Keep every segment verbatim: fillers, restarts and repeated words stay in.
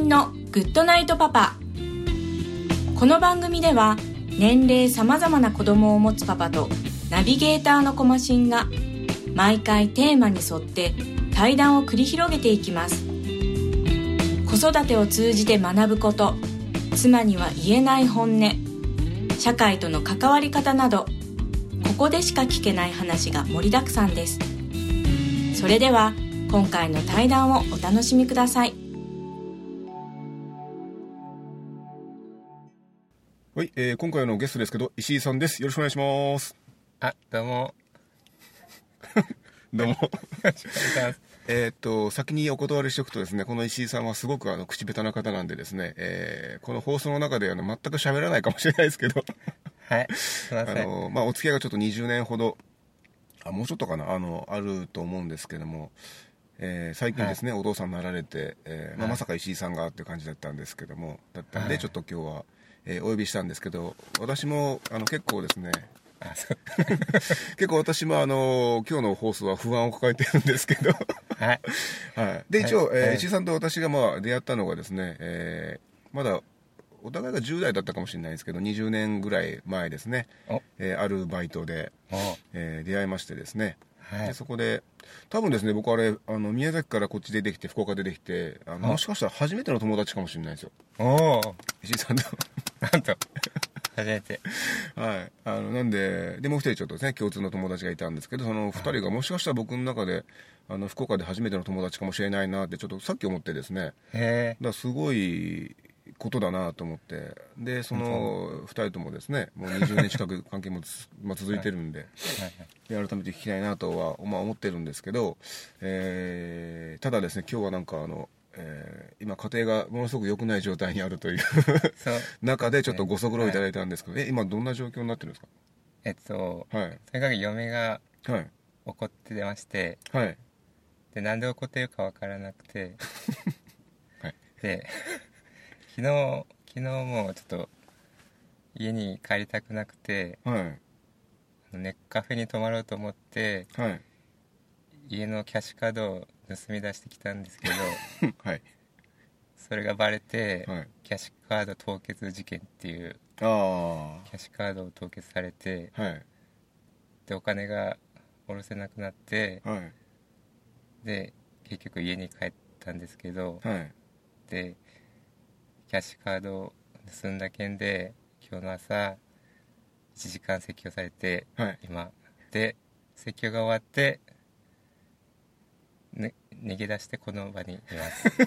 んのグッドナイトパパ。この番組では年齢さまざまな子供を持つパパとナビゲーターのコマシンが毎回テーマに沿って対談を繰り広げていきます。子育てを通じて学ぶこと、妻には言えない本音、社会との関わり方など、ここでしか聞けない話が盛りだくさんです。それでは今回の対談をお楽しみください。 はい、えー、今回のゲストですけど石井さんです。よろしくお願いします。 あ、どうもどうもえっと先にお断りしておくとですね、この石井さんはすごくあの口下手な方なんでですね、えー、この放送の中であの全く喋らないかもしれないですけどはい、すいません。 あの、まあ、お付き合いがちょっとにじゅうねんほどあもうちょっとかなあのあると思うんですけども、えー、最近ですね、はい、お父さんになられて、えーまあ、まさか石井さんがっていう感じだったんですけども、だったんで、はい、ちょっと今日は、えー、お呼びしたんですけど、私もあの結構ですねあそう結構私もあの今日の放送は不安を抱えてるんですけどはい、はい、で一応、はい、えー、石井さんと私がまあ出会ったのがですね、えー、まだお互いがじゅう代だったかもしれないですけどにじゅうねんぐらい前ですね、えー、あるバイトで、えー、出会いましてですね、はい、でそこで多分ですね、僕あれあの宮崎からこっち出てきて福岡出てきてあのもしかしたら初めての友達かもしれないですよ。おー、石井さんとなんと初めてはいあのなんででもう一人ちょっとですね共通の友達がいたんですけど、その二人がもしかしたら僕の中であの福岡で初めての友達かもしれないなってちょっとさっき思ってですね、へー、だからすごいことだなと思って、でそのふたりともですねもうにじゅうねん近く関係もまあ続いてるんで、で改めて聞きたいなとは、まあ、思ってるんですけど、えー、ただですね今日はなんかあの、えー、今家庭がものすごく良くない状態にあるという中でちょっとご足労いただいたんですけど、はい、え今どんな状況になってるんですか？ えっと、はい、とにかく嫁が怒ってまして、はい、でなんで怒ってるかわからなくてはい、で昨日昨日もちょっと家に帰りたくなくて、はい、ネックカフェに泊まろうと思って、はい、家のキャッシュカードを盗み出してきたんですけど、はい、それがバレて、はい、キャッシュカード凍結事件っていうあキャッシュカードを凍結されて、はい、でお金が下ろせなくなって、はい、で結局家に帰ったんですけど、はい、でキャッシュカードを盗んだ件で今日の朝いちじかん説教されて、はい、今で説教が終わって、ね、逃げ出してこの場にいます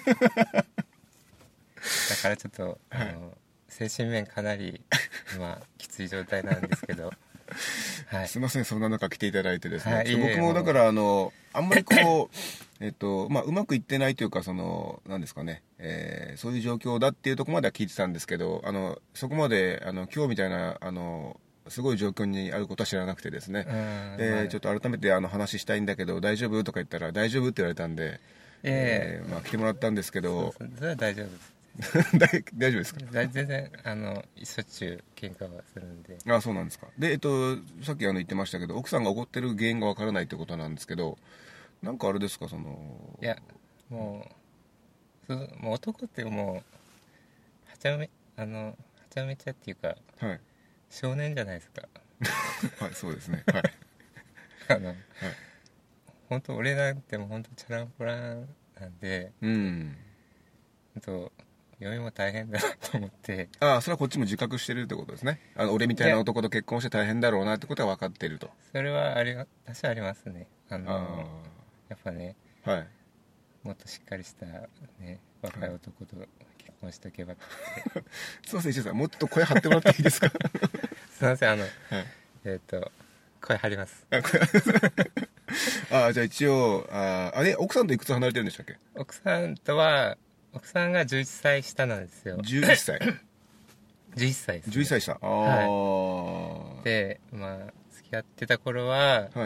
だからちょっと、はい、あの精神面かなり今きつい状態なんですけどはい、 すいませんそんな中来ていただいてですね、はい、僕もだからあのあんまりこうえっとまあうまくいってないというか、そのなんですかね、えー、そういう状況だっていうところまでは聞いてたんですけど、あのそこまであの今日みたいなあのすごい状況にあることは知らなくてですね、でちょっと改めてあの話したいんだけど大丈夫とか言ったら大丈夫って言われたんで、えーえーまあ、来てもらったんですけど、 そうそうそれは大丈夫です大, 大丈夫ですか？ 全然あのしょっちゅう喧嘩はするんで。 あ、そうなんですか。で、えっと、さっきあの言ってましたけど奥さんが怒ってる原因がわからないってことなんですけど、なんかあれですか、そのいやもう、そもう男ってもうはちゃめあのはちゃめちゃっていうか、はい、少年じゃないですかはいそうですね、はいあの、はい、本当俺なんてもう本当チャランポランなんで、うんと嫁も大変だなと思って。 ああ、それはこっちも自覚してるってことですね。あの俺みたいな男と結婚して大変だろうなってことは分かっていると。 それはあり私はありますね。あのあやっぱね、はい、もっとしっかりした、ね、若い男と結婚しとけばって、はい、 すいません石井さん、もっと声張ってもらっていいですかすいません、あの、はい、えっ、ー、と声張ります。 ああ、じゃあ一応ああれ奥さんといくつ離れてるんでしたっけ？ 奥さんとは奥さんがじゅういっさい下なんですよ。 じゅういっさいじゅういっさいです、ね、 じゅういっさい下。ああ、 はい、でまあ付き合ってた頃は、はい、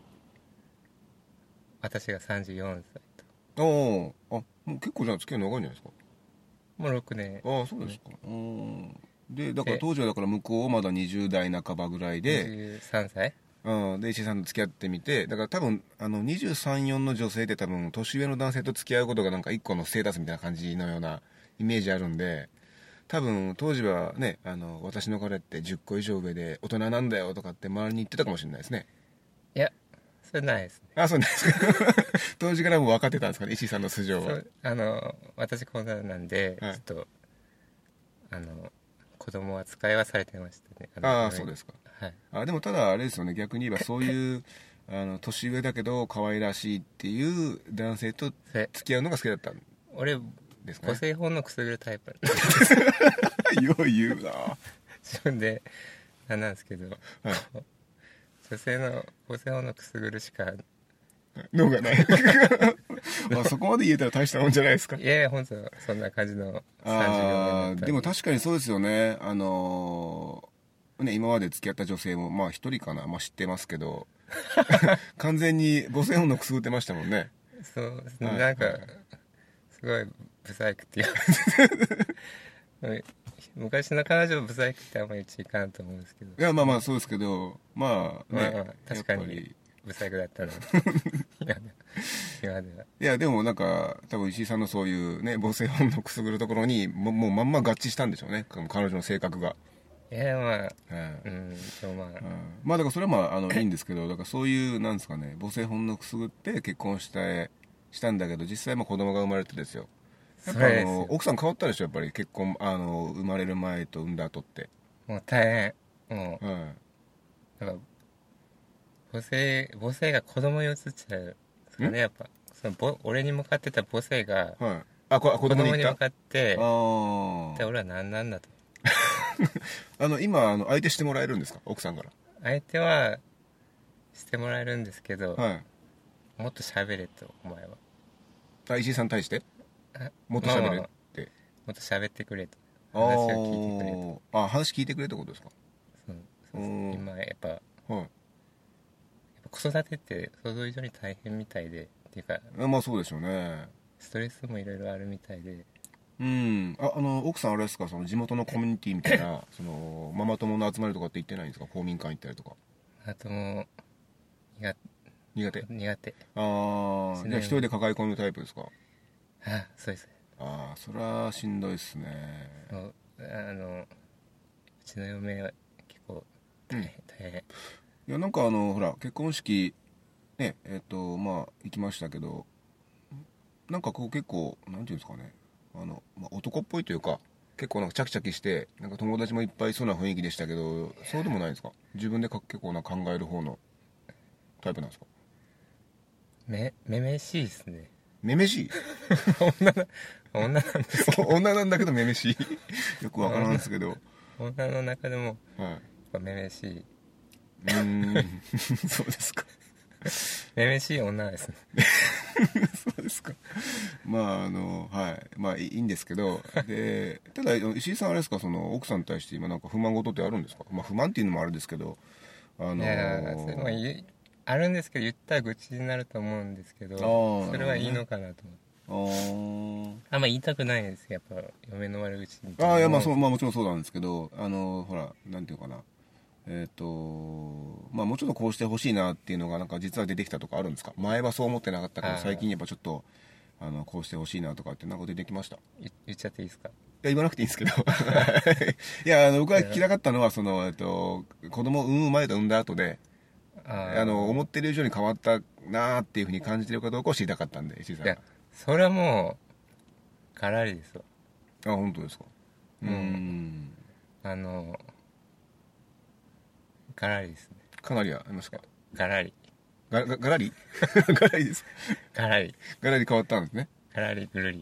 私がさんじゅうよんさいと。おああ、もう結構じゃあ付き合い長いんじゃないですか？ もうろくねん。 ああ、そうですか。うん、でだから当時はだから向こうはまだにじゅう代半ばぐらいでにじゅうさんさい、 うん、で石井さんと付き合ってみて、だから多分あのにじゅうさん、よんの女性って多分年上の男性と付き合うことがなんか一個のステータスみたいな感じのようなイメージあるんで、多分当時はね、あの私の彼ってじゅっこ以上上で大人なんだよとかって周りに言ってたかもしれないですね。 いやそれないですね。 あ、そうなんですか当時からもう分かってたんですかね、石井さんの素性は。 あの私こんななんで、はい、ちょっとあの子供扱いはされてましたね。 ああ、そうですか。 はい、 あでもただあれですよね、逆に言えばそういうあの年上だけど可愛らしいっていう男性と付き合うのが好きだったんですかね。 俺母性本能くすぐるタイプよう言うな自分でなんなんですけど、はい、女性の母性本能くすぐるしか脳がないまあそこまで言えたら大したもんじゃないですか。 いやいや本当そんな感じのさんじゅうよねんでも確かにそうですよね。あのー、ね今まで付き合った女性もまあ一人かな、まあ、知ってますけど完全に母性本能くすぐってましたもんね。 そうですね、はい、なんか、はい、すごいブサイクっていう昔の彼女ブサイクってあんまり言っちゃいかんと思うんですけど。 いやまあまあそうですけど、まあ、ね、 まあ、まあ確かにブサイクだったの今では。 いやでもなんか多分石井さんのそういうね母性本能くすぐるところにも, もうまんま合致したんでしょうね、彼女の性格が。 いやまあ、うん、でもまあ、うん、 まあだからそれはまああのいいんですけど、だからそういうなんですかね、母性本能くすぐって結婚したしたんだけど、実際まあ子供が生まれてですよ。やっぱあの奥さん変わったでしょ、やっぱり結婚あの生まれる前と産んだ後って。 もう大変、もう、はい、だから母性母性が子供に移っちゃうんですかね、やっぱそのぼ俺に向かってた母性が、はい、あこ子供に向かってあで俺は何なんだとあの今あの相手してもらえるんですか、奥さんから。 相手はしてもらえるんですけど、はい、もっと喋れと、お前は。 あ石井さんに対してもっと喋れって、まあまあ、もっと喋ってくれと、話を聞いてくれと。 あ話聞いてくれってことですか。 そうそうそう今やっぱ、はい、やっぱ子育てって想像以上に大変みたいで、っていうかまあそうでしょうね、 ストレスもいろいろあるみたいで。 うん、ああの奥さんあれですか、その地元のコミュニティみたいなそのママ友の集まりとかって行ってないんですか、公民館行ったりとか。 あとも苦苦手苦手。 ああ、じゃあ一人で抱え込むタイプですか。 ああそうです。 ああそれはしんどいですね。 あのうちの嫁は結構大変、うん、大変。いやなんかあのほら結婚式ねえっとまあ行きましたけど、なんかこう結構なんていうんですかね、あの、まあ、男っぽいというか結構なんかチャキチャキしてなんか友達もいっぱいいそうな雰囲気でしたけど、そうでもないですか。自分でか結構な考える方のタイプなんですか。 めめめしいですね。 めめしい女な女なんですけど女なんだけどめめしいよくわからんですけど女の中でも、はい、めめしい。 うーんそうですか。 めめしい女ですねそうですか。まああのはいまあいいんですけど、でただ石井さんあれですか、その奥さんに対して今なんか不満事ってあるんですか。まあ不満っていうのもあれですけど、あのー、いやそれもあるんですけど、言ったら愚痴になると思うんですけど、それはいいのかなと思って。ああんま言いたくないです、やっぱ嫁の悪口みたいな。 ああいやまあそう、まあもちろんそうなんですけど、あのほらなんていうかな、えっとまあもうちょっとこうしてほしいなっていうのがなんか実は出てきたとかあるんですか。前はそう思ってなかったけど最近やっぱちょっとあのこうしてほしいなとかってなんか出てきました。 言っちゃっていいですか。いや言わなくていいんですけどいやあの僕が聞きたかったのはその、えっと、子供を産む前と産んだ後であの思ってる以上に変わったなーっていうふうに感じてるかどうかを知りたかったんで、石井さんが。いやそれはもうガラリですよ。 あ本当ですか。うーんあのガラリですね。 かなりありますか。 ガラリガガガラリガラリです。 ガラリガラリ変わったんですね。 ガラリぐるり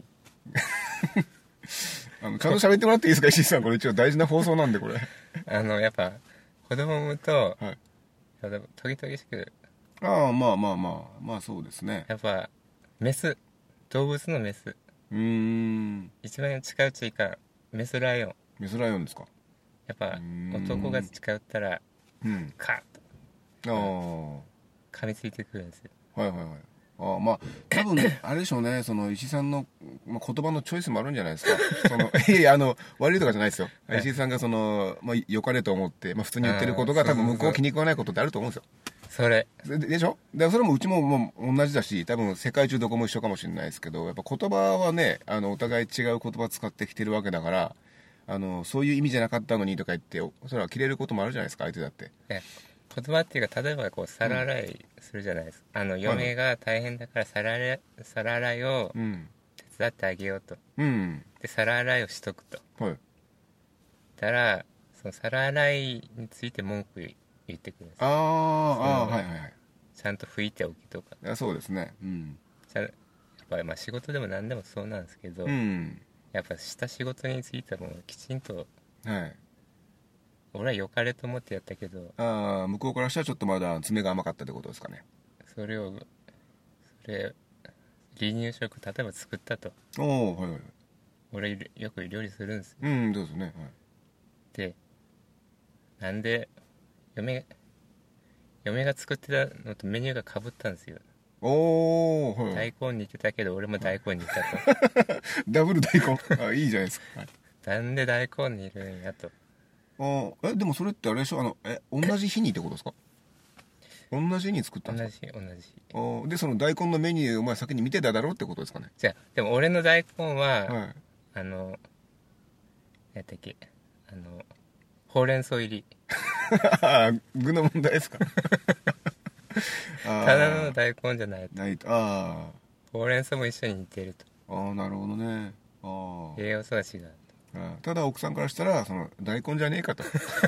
あのちゃんと喋ってもらっていいですか石井さん。これ一応大事な放送なんでこれあのやっぱ子供を産むと、はい、トゲトゲしく。 ああまあまあまあまあそうですね。 やっぱメス、動物のメス、 うーん一番近いうちいかメスライオン。 メスライオンですか。 やっぱ男が近寄ったら、うん、カッとあ噛みついてくるんですよ。 はいはいはい。ああまあ多分あれでしょうね、その石井さんの、まあ、言葉のチョイスもあるんじゃないですかそのいやいやあの悪いとかじゃないですよ、はい、石井さんがその、まあ、良かれと思って、まあ、普通に言ってることが多分向こう気に食わないことってあると思うんですよ。 それで, でしょ。でそれもうちももう同じだし、多分世界中どこも一緒かもしれないですけど、やっぱ言葉はね、あのお互い違う言葉使ってきてるわけだから、あのそういう意味じゃなかったのにとか言ってそれは切れることもあるじゃないですか、相手だって。 言葉っていうか、例えばこう皿洗いするじゃないですか、うん、あの嫁が大変だから皿洗い、皿洗いを手伝ってあげようと、うん、で皿洗いをしとくと、はい、たらその皿洗いについて文句言ってくるんですよ。ああ、はいはいはい。ちゃんと拭いておきとか。 いやそうですね。うん。 やっぱりまあ仕事でも何でもそうなんですけど、うん、やっぱした仕事についてはもうきちんと、はい。俺は良かれと思ってやったけど。 ああ、向こうからしたらちょっとまだ爪が甘かったってことですかね。 それを、それ、離乳食例えば作ったと。 おお、はいはい。 俺よく料理するんですよ。 うん、そうですね。はい。 で、なんで嫁嫁が作ってたのとメニューがかぶったんですよ。おー、はい、大根煮てたけど俺も大根煮たとダブル大根あいいじゃないですか、はい、 なんで大根煮るんやと。 あえでもそれってあれでしょ、あのえ同じ日にってことですか？同じ日に作ったんですか？ 同じ同じ日でその大根のメニューをお前先に見てただろうってことですかね？ じゃあでも俺の大根は、はい、あの何やったっけ、あのほうれん草入り具の問題ですか？ ただの大根じゃないと。ないと。ああ。ほうれん草も一緒に煮てると。ああ、なるほどね。 ああ。栄養素が違う。 あただ奥さんからしたらその大根じゃねえかと。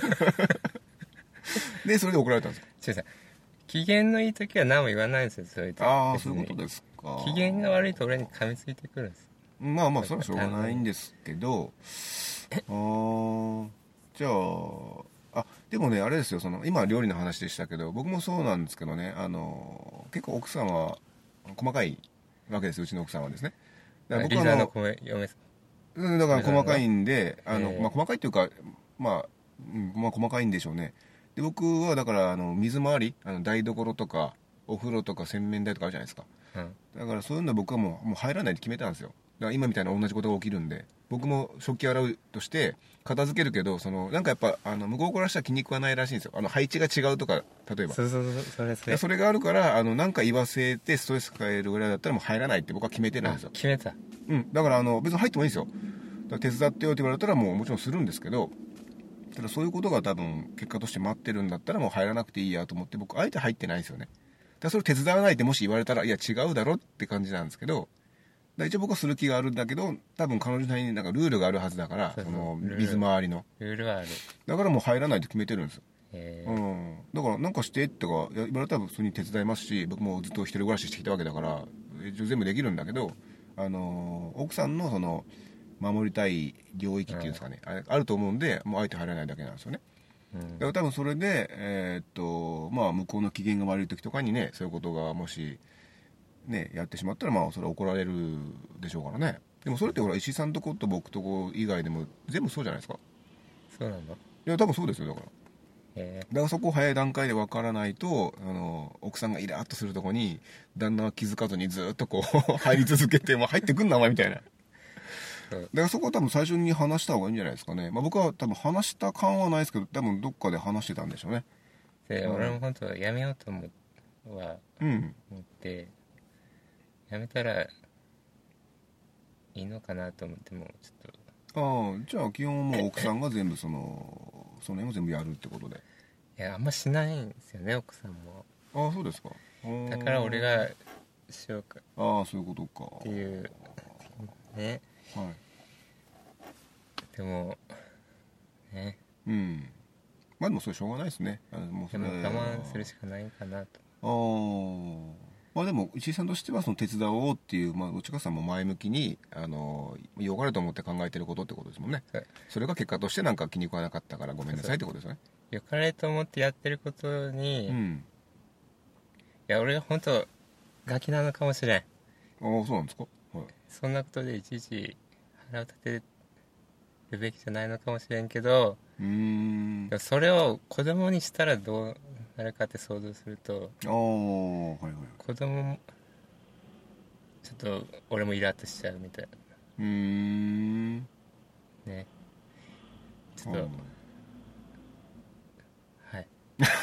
でそれで怒られたんですか？ 違う違う。機嫌のいい時は何も言わないんですよ。そういう時。 ああ、そういうことですか。 機嫌が悪いと俺に噛みついてくるんです。 まあまあそれはしょうがないんですけど、ああじゃああでもねあれですよ、その今料理の話でしたけど僕もそうなんですけどね、あの結構奥さんは細かいわけですよ、うちの奥さんはですね。 だから僕はあの嫁さんだから細かいんで、あの、まあ、細かいっていうか、まあ、うん、まあ細かいんでしょうね。で僕はだからあの水回り、あの台所とかお風呂とか洗面台とかあるじゃないですか、うん、だからそういうの僕はもう、もう入らないって決めたんですよ。だから今みたいな同じことが起きるんで、僕も食器洗うとして片付けるけど、そのなんかやっぱあの向こうからしたら気に食わないらしいんですよ。あの配置が違うとか、例えばそうそうそう、それそれそれがあるから、あのなんか言わせてストレス抱えるぐらいだったらもう入らないって僕は決めてるんですよ。 決めた。 うん、だからあの別に入ってもいいんですよ。だから手伝ってよって言われたらもうもちろんするんですけど、ただそういうことが多分結果として待ってるんだったらもう入らなくていいやと思って、僕あえて入ってないんですよね。だからそれを手伝わないってもし言われたらいや違うだろって感じなんですけど、だ一応僕はする気があるんだけど、多分彼女なりになんかルールがあるはずだから、その水回りのルールはある。 だからもう入らないと決めてるんですよ。うん、だからなんかしてとか言われたら普通に手伝いますし、僕もずっと一人暮らししてきたわけだから一応全部できるんだけど、あの奥さんのその守りたい領域っていうんですかね、うん、あ, あると思うんで、もうあえて入らないだけなんですよね。うん、だから多分それで、えー、っとまあ向こうの機嫌が悪い時とかにね、そういうことがもしねやってしまったら、まあそれは怒られるでしょうからね。でもそれってほら石井さんとこと僕とこ以外でも全部そうじゃないですか。 そうなんだ。いや多分そうですよ。だからだからそこを早い段階で分からないと、あの奥さんがイラッとするとこに旦那は気づかずにずっとこう入り続けて、もう入ってくんなお前みたいな。だからそこは多分最初に話した方がいいんじゃないですかね。まあ、僕は多分話した感はないですけど、多分どっかで話してたんでしょうね。 で、うん、俺も本当はやめようと思は思って、うん、やめたらいいのかなと思ってもちょっと。ああ、じゃあ基本はもう奥さんが全部そのその辺を全部やるってことで。 いやあんましないんですよね、奥さんも。 ああそうですか。 だから俺がしようか。 ああそういうことか。 っていうね。はい、でもね、 うん、まあでもそれしょうがないですね。あもうそれでも我慢するしかないかなと。 ああ、まあでも石井さんとしてはその手伝おうっていう、まあ内川さんも前向きにあの良かれと思って考えてることってことですもんね。それが結果としてなんか気に食わなかったからごめんなさいってことですよね。 良かれと思ってやってることに、うん、いや俺が本当ガキなのかもしれん。ああそうなんですか。はい、 そんなことでいちいち腹を立てるべきじゃないのかもしれんけど、うーんそれを子供にしたらどうなるかって想像すると、あ、はいはい、子供もちょっと俺もイラッとしちゃうみたいな。うーんね、ちょっとはい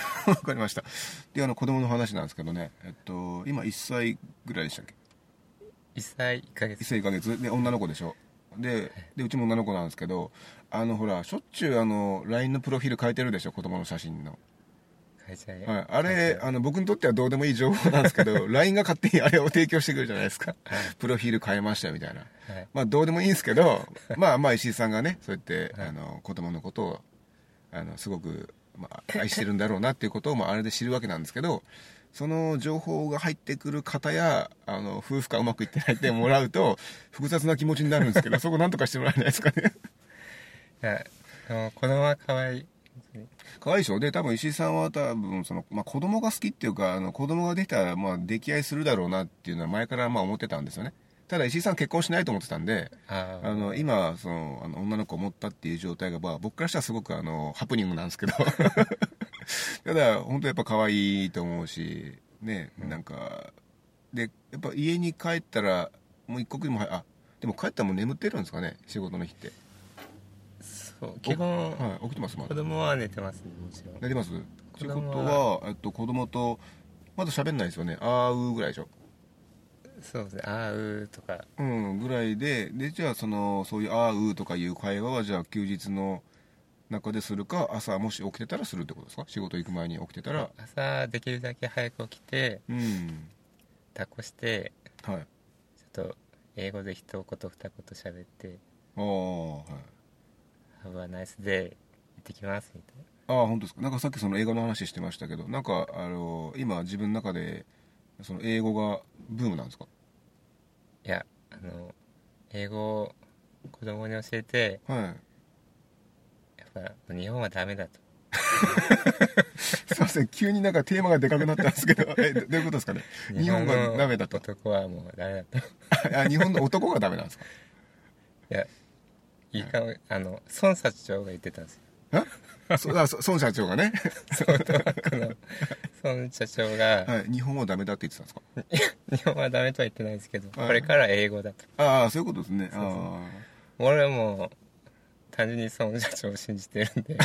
かりました。で、あの子供の話なんですけどね、えっと今いっさいぐらいでしたっけ。 いっさいいっかげつ。 いっさいいっかげつで女の子でしょ。で、でうちも女の子なんですけど、あのほらしょっちゅうあの ライン のプロフィール変えてるでしょ、子供の写真の。 変えちゃい、 はい、あれあの僕にとってはどうでもいい情報なんですけどライン が勝手にあれを提供してくるじゃないですか、はい、プロフィール変えましたみたいな、はい、まあどうでもいいんですけどまあまあ石井さんがねそうやって、はい、あの子供のことをあのすごく、まあ、愛してるんだろうなっていうことを、まあ、あれで知るわけなんですけど、その情報が入ってくる方やあの夫婦間うまくいってないってもらうと複雑な気持ちになるんですけどそこなんとかしてもらえないですかね。 いや子供は可愛い可愛いでしょ。で多分石井さんは多分その、まあ、子供が好きっていうかあの子供ができたら、まあ、溺愛するだろうなっていうのは前からまあ思ってたんですよね。ただ石井さん結婚しないと思ってたんで、ああの今そのあの女の子を持ったっていう状態が、まあ、僕からしたらすごくあのハプニングなんですけどただ本当やっぱ可愛いと思うしね、なんかでやっぱ家に帰ったらもう一刻にもあでも帰ったらもう眠ってるんですかね、仕事の日って。 そう基本、 はい、起きてます。 子供は寝てますね。もちろん寝てます。ということは、えっと、子供とまだ喋んないですよね。あーうぐらいでしょ。 そうですね、あーうとかうんぐらいで、でじゃあそのそういうあーうとかいう会話はじゃあ休日の中でするか、朝もし起きてたらするってことですか。仕事行く前に起きてたら。 朝できるだけ早く起きて、うん、抱っこして、はい、ちょっと英語で一言二言喋って、ああはいハブはナイスで行ってきますみたいな。ああ本当ですか。なんかさっきその英語の話してましたけど、なんかあの今自分の中でその英語がブームなんですか。 いやあの英語を子供に教えて、はい、やっぱ日本はダメだとすいません急になんかテーマがでかくなったんですけどえどういうことですかね。日本がダメだと。 男はもうダメだとあ日本の男がダメなんですか。 いやいいかも、あの孫社長が言ってたんですよ。 あそあ孫社長がねそうこの孫社長が、 はい、日本はダメだって言ってたんですか。日本はダメとは言ってないですけど、はい、これから英語だと。 ああそういうことですね。そうそうあ俺はもう単純に孫社長を信じてるんで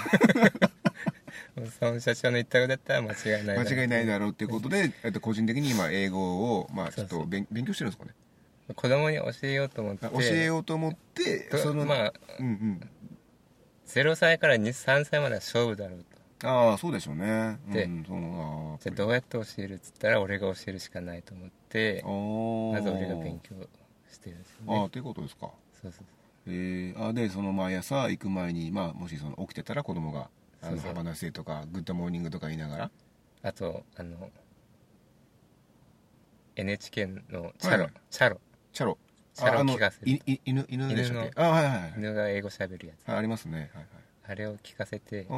孫社長の言ったことだったら間違いない間違いないだろうっていうことで、えっと、個人的に今英語を、まあ、ちょっと勉強してるんですかね。 子供に教えようと思って教えようと思ってそのまあ、うんうん、ゼロさいからさんさいまでは勝負だろうと。ああそうでしょうね。 で、 うん、そうあじゃあどうやって教えるっつったら俺が教えるしかないと思ってまず俺が勉強してるんですよね。 ああということですか。 そうそうえー、あでその毎朝行く前に、まあ、もしその起きてたら子供があのハバナステとかグッドモーニングとか言いながら、 あとあの エヌエイチケー のチャロ、はい、チャロチャロチャロを聞かせる。 い犬犬でしたっけ。あはいはいはい。 犬が英語しゃべるやつ。 ありますね。はいはい。 あれを聞かせて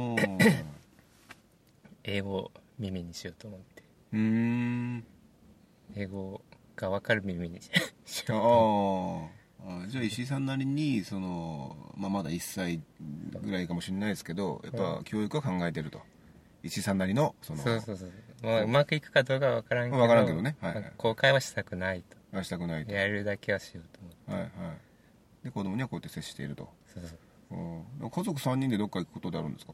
英語を耳にしようと思って。うーん。英語が分かる耳にしようと思って。 ああじゃあ石井さんなりにその、まあ、まだいっさいぐらいかもしれないですけどやっぱ教育は考えてると。石井さんなりのそのそうそうそうもううまくいくかどうかは分からんけど分からんけどね、はいはい、 公開はしたくないと。 したくないと。 やるだけはしようと思って、 はいはい、で子供にはこうやって接していると。 そうそう、 うん、家族さんにんでどっか行くことであるんですか。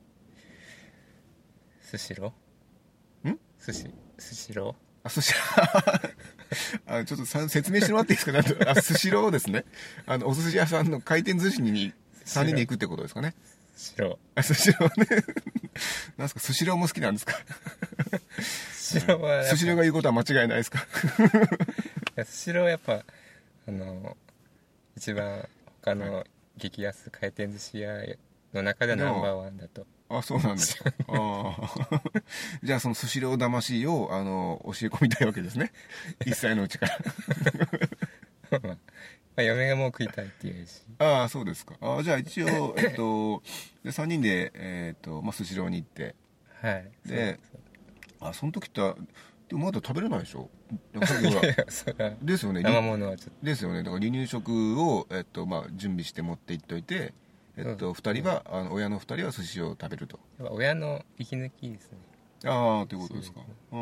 スシローんスシスシローあスシあちょっとさ説明してもらっていいですか。あスシローですね。あのお寿司屋さんの回転寿司にさんにんで行くってことですかね。 スシローあスシローねなんすかスシローも好きなんですか。 スシローはスシローが言うことは間違いないですか。 スシローはやっぱあの一番他の激安回転寿司屋の中でナンバーワンだと。 あそうなんですか。あじゃあそのスシロー魂をあの教え込みたいわけですね。いっさいのうちからまあ、まあ、嫁がもう食いたいっていうし。 ああそうですか。あじゃあ一応、えっと、でさんにんで、えーっとまあ、スシローに行って、 はい、 であその時ってでもまだ食べれないでしょ。ですよね。 生ものはちょっとですよね。だから離乳食を、えっとまあ、準備して持って行っといて、えっと、ふたりはあの親のふたりは寿司を食べると。 やっぱ親の息抜きですね。 ああということですか。 うん、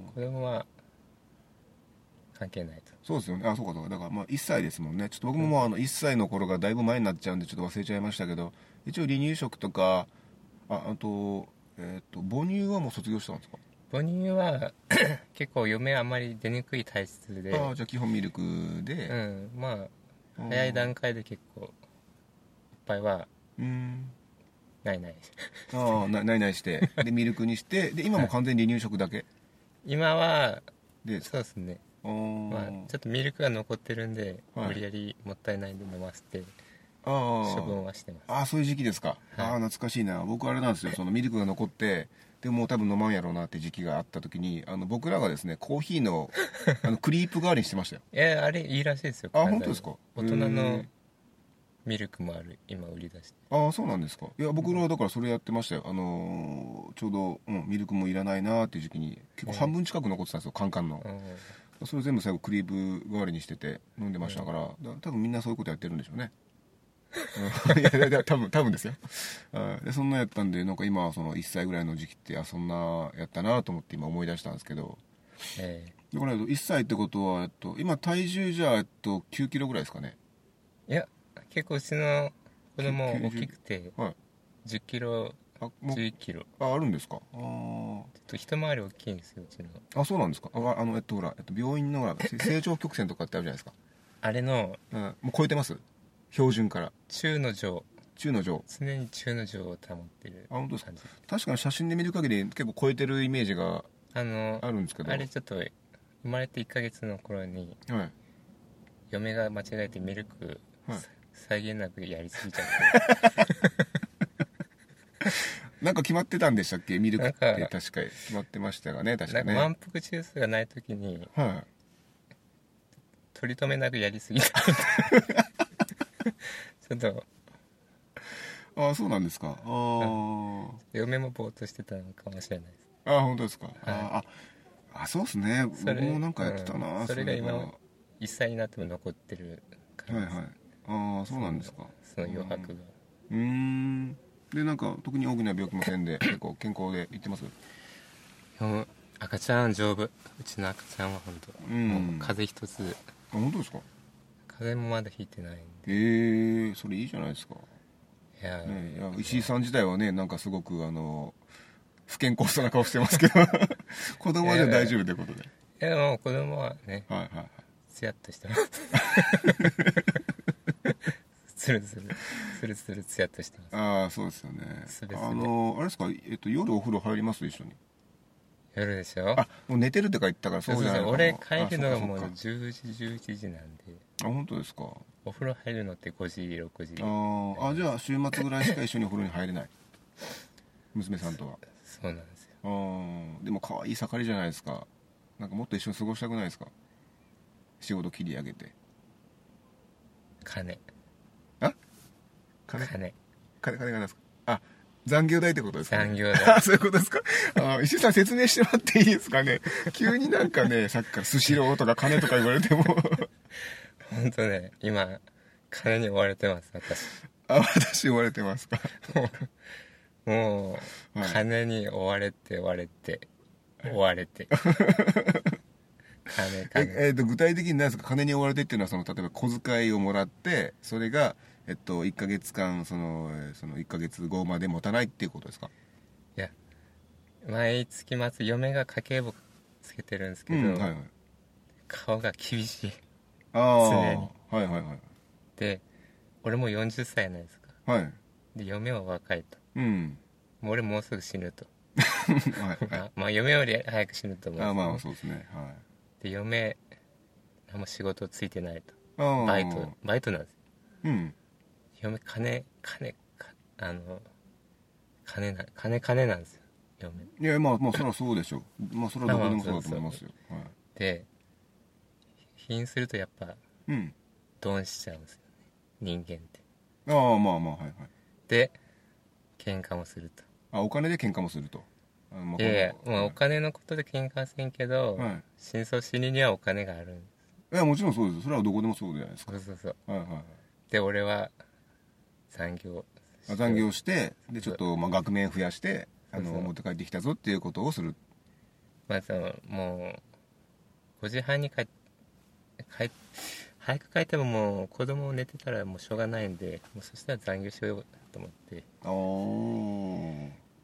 子供は関係ないと。 そうですよね。あそうかそうか。だからまあいっさいですもんね。ちょっと僕ももうあのいっさいの頃がだいぶ前になっちゃうんでちょっと忘れちゃいましたけど、一応離乳食とかああとえっ、ー、と母乳はもう卒業したんですか？ 母乳は結構嫁あんまり出にくい体質で、 ああ、じゃあ基本ミルクで、 うん、まあ早い段階で結構おっぱいはうんないないああなないないしてでミルクにしてで今も完全に離乳食だけ、はい、 今はでそうですね、まあ、ちょっとミルクが残ってるんで、はい、無理やりもったいないんで飲ませて処分はしてます。 ああそういう時期ですか、はい、ああ懐かしいな。僕あれなんですよ、そのミルクが残ってでも多分飲まんやろうなって時期があった時にあの僕らがですねコーヒーのあのクリープ代わりにしてましたよ。 いやあれいいらしいですよ。 あ本当ですか？ 大人のミルクもある今売り出して。 ああそうなんですか。いや僕らはだからそれやってましたよ。あのー、ちょうど、うん、ミルクもいらないなっていう時期に結構半分近く残ってたんですよ、カンカンの、うん、それ全部最後クリープ代わりにしてて飲んでましたから、うん、多分みんなそういうことやってるんでしょうねいやいや多分多分ですよでそんなやったんでなんか今そのいっさいぐらいの時期ってあそんなやったなと思って今思い出したんですけど、えー、だからいっさいってことは、えっと、今体重じゃ、えっと、きゅうキロぐらいですかね。 いや結構うちの子供大きくてじゅっキロ、はい、じゅういちキロあ, あるんですか。あちょっと一回り大きいんですようちの。 あそうなんですか。ああの、えっとほら、えっと、病院のほら成長曲線とかってあるじゃないですかあれの、 うん、もう超えてます標準から。 中の上中の上常に中の上を保ってる。 あ本当ですか。確かに写真で見る限り結構超えてるイメージがあのあるんですけど、 あれちょっと生まれていっかげつの頃に、はい、嫁が間違えてミルク、はい、際限なくやりすぎちゃってなんか決まってたんでしたっけミルクって。確か決まってましたがね。確かね。 満腹中枢がない時に、はい、取り留めなくやりすぎたちょっとああそうなんですか。ああ嫁もぼーっとしてたのかもしれないです。 ああ本当ですか。はい、ああそうですね。僕もなんかやってたな、 うん、それが今いっさいになっても残ってる感じです。 はいはい。ああそうなんですか。 その余白がうーんでなんか特に大きな病気もせんで結構健康でいってます。 赤ちゃん丈夫。うちの赤ちゃんは本当、うん、もう風邪一つ。 あ本当ですか。 風邪もまだひいてないんで。 へえそれいいじゃないですか。 いや、 ね、いや石井さん自体はねなんかすごくあの不健康そうな顔してますけど子供はじゃ大丈夫ということで。 いやもう子供はね、 はいはいはい、 ツヤっとしてますスルスルスルスルツヤっとしてます。 ああそうですよね。スレスレあのあれですか、えっと、夜お風呂入ります一緒に。 夜でしょ。 あもう寝てるってか言ったからそうじゃないのかな。 俺帰るのがもうじゅうじじゅういちじなんで。 あ本当ですか。 お風呂入るのってごじろくじ。 ああじゃあ週末ぐらいしか一緒にお風呂に入れない娘さんとは。 そうなんですよ。 あでも可愛い盛りじゃないですか。なんかもっと一緒に過ごしたくないですか。仕事切り上げて。 金あ金金金金がなんですか。あ残業代ってことですか、ね、 残業代そういうことですか。あ石井さん説明してもらっていいですかね。急になんかねさっきからスシローとか金とか言われても本当ね今金に追われてます私。 あ私追われてますかもう、はい、金に追われて追われて追われて金金え、えー、と具体的に何ですか。金に追われてっていうのはその例えば小遣いをもらってそれがえっといっかげつかんそのそのいっかげつごまで持たないっていうことですか。 いや毎月末嫁が家計簿つけてるんですけど、うんはいはい、顔が厳しい。 ああ常にはいはいはい。 で俺もよんじゅっさいじゃないですか。 はいで嫁は若いと、 うん、 もう俺もうすぐ死ぬとはい、はい、 まあ嫁より早く死ぬと思うんですけど、 あまあそうですね、はい、 で嫁何も仕事ついてないとバイトバイトなんですよ、うん、嫁金金あの金な金金なんですよ嫁。 いやまあまあそりゃそうでしょう。まあそれはどこでもそうだと思いますよ、はい、 で貧するとやっぱ、うん、ドンしちゃうんですよね人間って。 ああまあまあはいはい。 で喧嘩もすると。 あお金で喧嘩もすると。 あ、まあ、いやいや、まあ、お金のことで喧嘩はせんけど、はい、真相心理にはお金があるんです。 いやもちろんそうです。それはどこでもそうじゃないですか。 そうそうそう、 はいはいはい、 で俺は残業残業してでちょっとまあ額面増やしてあの持って帰ってきたぞっていうことをする。 まあそのもうごじはんに帰帰早く帰ってももう子供寝てたらもうしょうがないんでもうそしたら残業しようと思って。 あ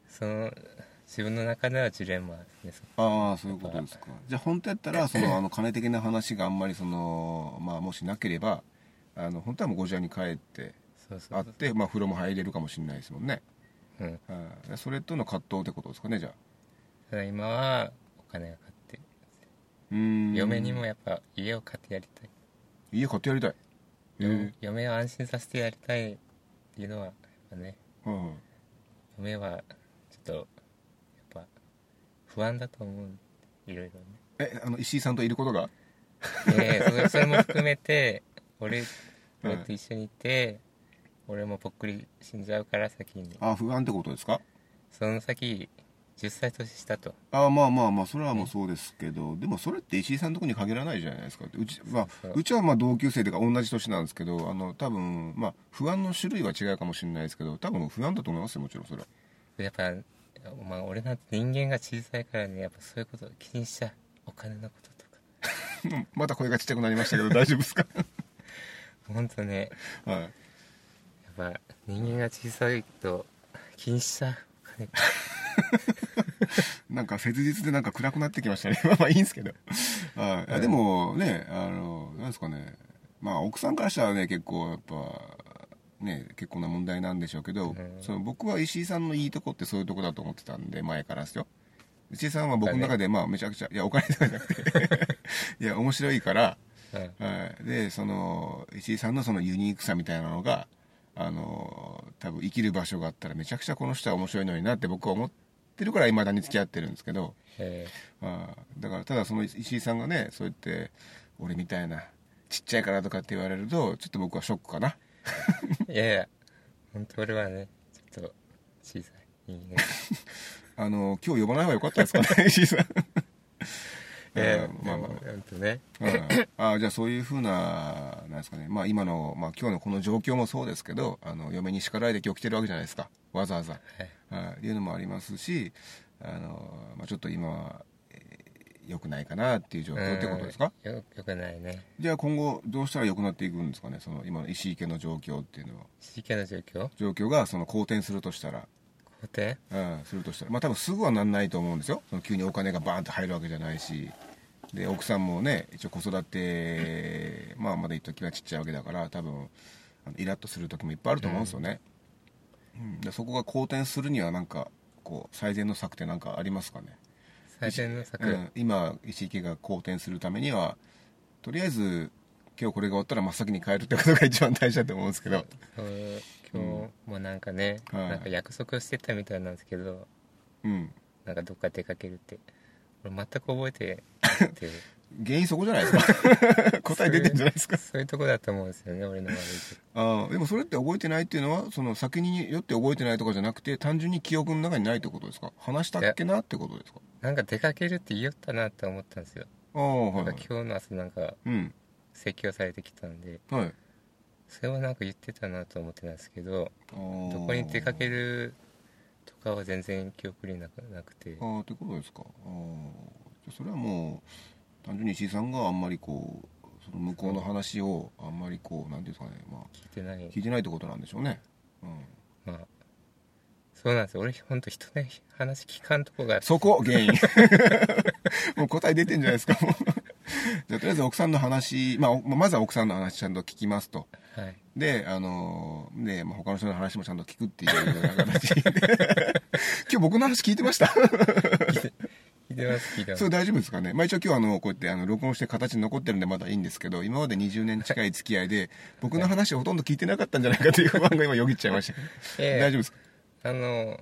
その自分の中ではジレンマですね。 ああ、そういうことですか。じゃあ本当やったらそのあの金的な話があんまりその、まあ、もしなければあの本当はもうごじはんに帰ってあって、まあ、風呂も入れるかもしれないですもんね。うん、あそれとの葛藤ってことですかね。じゃあ今はお金がかかってる。うーん、嫁にもやっぱ家を買ってやりたい。 家買ってやりたい。 嫁を安心させてやりたいっていうのはやっぱね、うん、嫁はちょっとやっぱ不安だと思う。いろいろね。 え、あの石井さんといることがええ、それ、それも含めて俺俺と一緒にいて、うん、俺もぽっくり死んじゃうから先に。 あ、不安ってことですか。 その先じゅっさい年下と。 あ、まあまあまあ、それはもうそうですけど、でもそれって石井さんのところに限らないじゃないですか。うち、まあ、そうそう、うちはまあ同級生というか同じ年なんですけど、あの多分まあ不安の種類は違うかもしれないですけど、多分不安だと思いますよ。もちろんそれはやっぱ、まあ、俺なんて人間が小さいからね、やっぱそういうこと気にしちゃう。お金のこととかまた声がちっちゃくなりましたけど大丈夫ですか。 本当ね、はい、やっぱ人間が小さいと気にしちゃう。お金なんか切実でなんか暗くなってきましたね。まあまあいいんですけど、はい、うん、でもね、あのなんですかね、まあ奥さんからしたらね結構やっぱね結構な問題なんでしょうけど、うん、その僕は石井さんのいいとこってそういうとこだと思ってたんで、前からですよ。石井さんは僕の中でまあめちゃくちゃ、いやお金とかじゃなくていや面白いから、うん、はい、でその石井さんのそのユニークさみたいなのがあの多分生きる場所があったらめちゃくちゃこの人は面白いのになって僕は思ってるから未だに付き合ってるんですけど、あだからただその石井さんがねそうやって俺みたいなちっちゃいからとかって言われるとちょっと僕はショックかな。 いやいや本当俺はねちょっと小さいいいねあの今日呼ばない方が良かったですかね石井さん。 えー、まあまあ本当ね、 うん、あじゃあそういうふうななんですかね、まあ今の、まあ、今日のこの状況もそうですけど、あの嫁に叱られて今日来てるわけじゃないですか、わざわざ、はいはい、いうのもありますし、あの、まあ、ちょっと今は、えー、良くないかなっていう状況ってことですか。 よ良くないね。 じゃあ今後どうしたら良くなっていくんですかね、その今の石井家の状況っていうのは。 石井家の状況状況がその好転するとしたら好転、 うん、するとしたらまあ多分すぐはなんないと思うんですよ。その急にお金がバーンと入るわけじゃないし、で奥さんもね一応子育て、まあ、まだ一時はちっちゃいわけだから多分あのイラッとする時もいっぱいあると思うんですよね、うん、でそこが好転するにはなんかこう最善の策って何かありますかね。 最善の策、 うん、今石井家が好転するためにはとりあえず今日これが終わったら真っ先に帰るってことが一番大事だと思うんですけど、 そう今日もなんかね、うん、なんか約束してたみたいなんですけど、うん、なんかどっか出かけるって俺全く覚えてて原因そこじゃないですか答え出てんじゃないですか。 そういうとこだと思うんですよね、俺の悪いと。あでもそれって覚えてないっていうのはその先によって覚えてないとかじゃなくて単純に記憶の中にないってことですか。話したっけなってことですか。 なんか出かけるって言おったなって思ったんですよ。あ、はいはい、なんか今日の朝なんか、うん、説教されてきたんで、はい、それはなんか言ってたなと思ってたんですけど、どこに出かけるとかは全然記憶になく、なくて。 ああってことですか。あじゃそれはもう単純に石井さんがあんまりこうその向こうの話をあんまりこうなんていうんですかね、まあ、 聞いてない聞いてないってことなんでしょうね、うん、 まあそうなんですよ。俺本当人の話聞かんとこがそこ原因もう答え出てんじゃないですかもうじゃあとりあえず奥さんの話、まあ、まずは奥さんの話ちゃんと聞きますと、はい、であので、まあ、他の人の話もちゃんと聞くっていうような形で今日僕の話聞いてました聞いてます聞いてます。 それ大丈夫ですかね。まあ一応今日あのこうやってあの録音して形に残ってるんでまだいいんですけど、今までにじゅうねん近い付き合いで僕の話をほとんど聞いてなかったんじゃないかという不安が今よぎっちゃいましたけど、えー、大丈夫ですか。 あの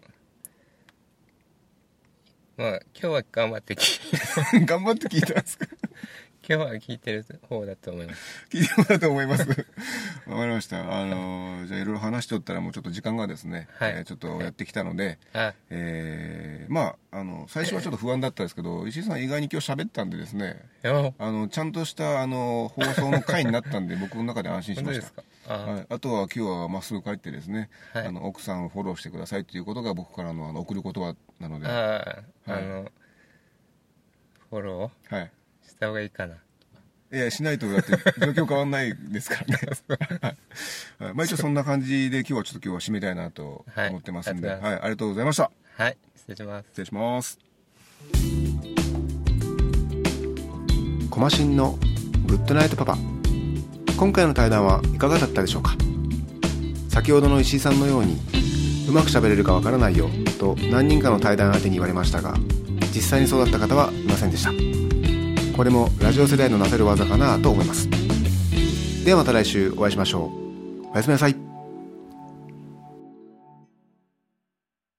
まあ今日は頑張って聞頑張って聞いてますか今日は聞いてる方だと思います。 聞いてる方だと思いますわかりました。あのじゃあいろいろ話しとったらもうちょっと時間がですね、はい、えー、ちょっとやってきたので、はい、えー、まああの最初はちょっと不安だったんですけど、石井さん意外に今日喋ったんでですね、あのちゃんとしたあの放送の回になったんで僕の中で安心しました。あ, はい、あとは今日はまっすぐ帰ってですね、はい、あの奥さんをフォローしてくださいということが僕からのあの送る言葉なので、 あ、はい、あのフォロー、はい、した方がいいかな。 いやしないとだって状況変わんないですからねはい、まあ一応そんな感じで今日はちょっと今日は締めたいなと思ってますんで、はい、はい、ありがとうございました。 はい、失礼します。 失礼します。コマシンのグッドナイトパパ、今回の対談はいかがだったでしょうか。先ほどの石井さんのようにうまく喋れるかわからないよと何人かの対談相手に言われましたが、実際にそうだった方はいませんでした。これもラジオ世代のなせる技かなと思います。ではまた来週お会いしましょう。おやすみなさい。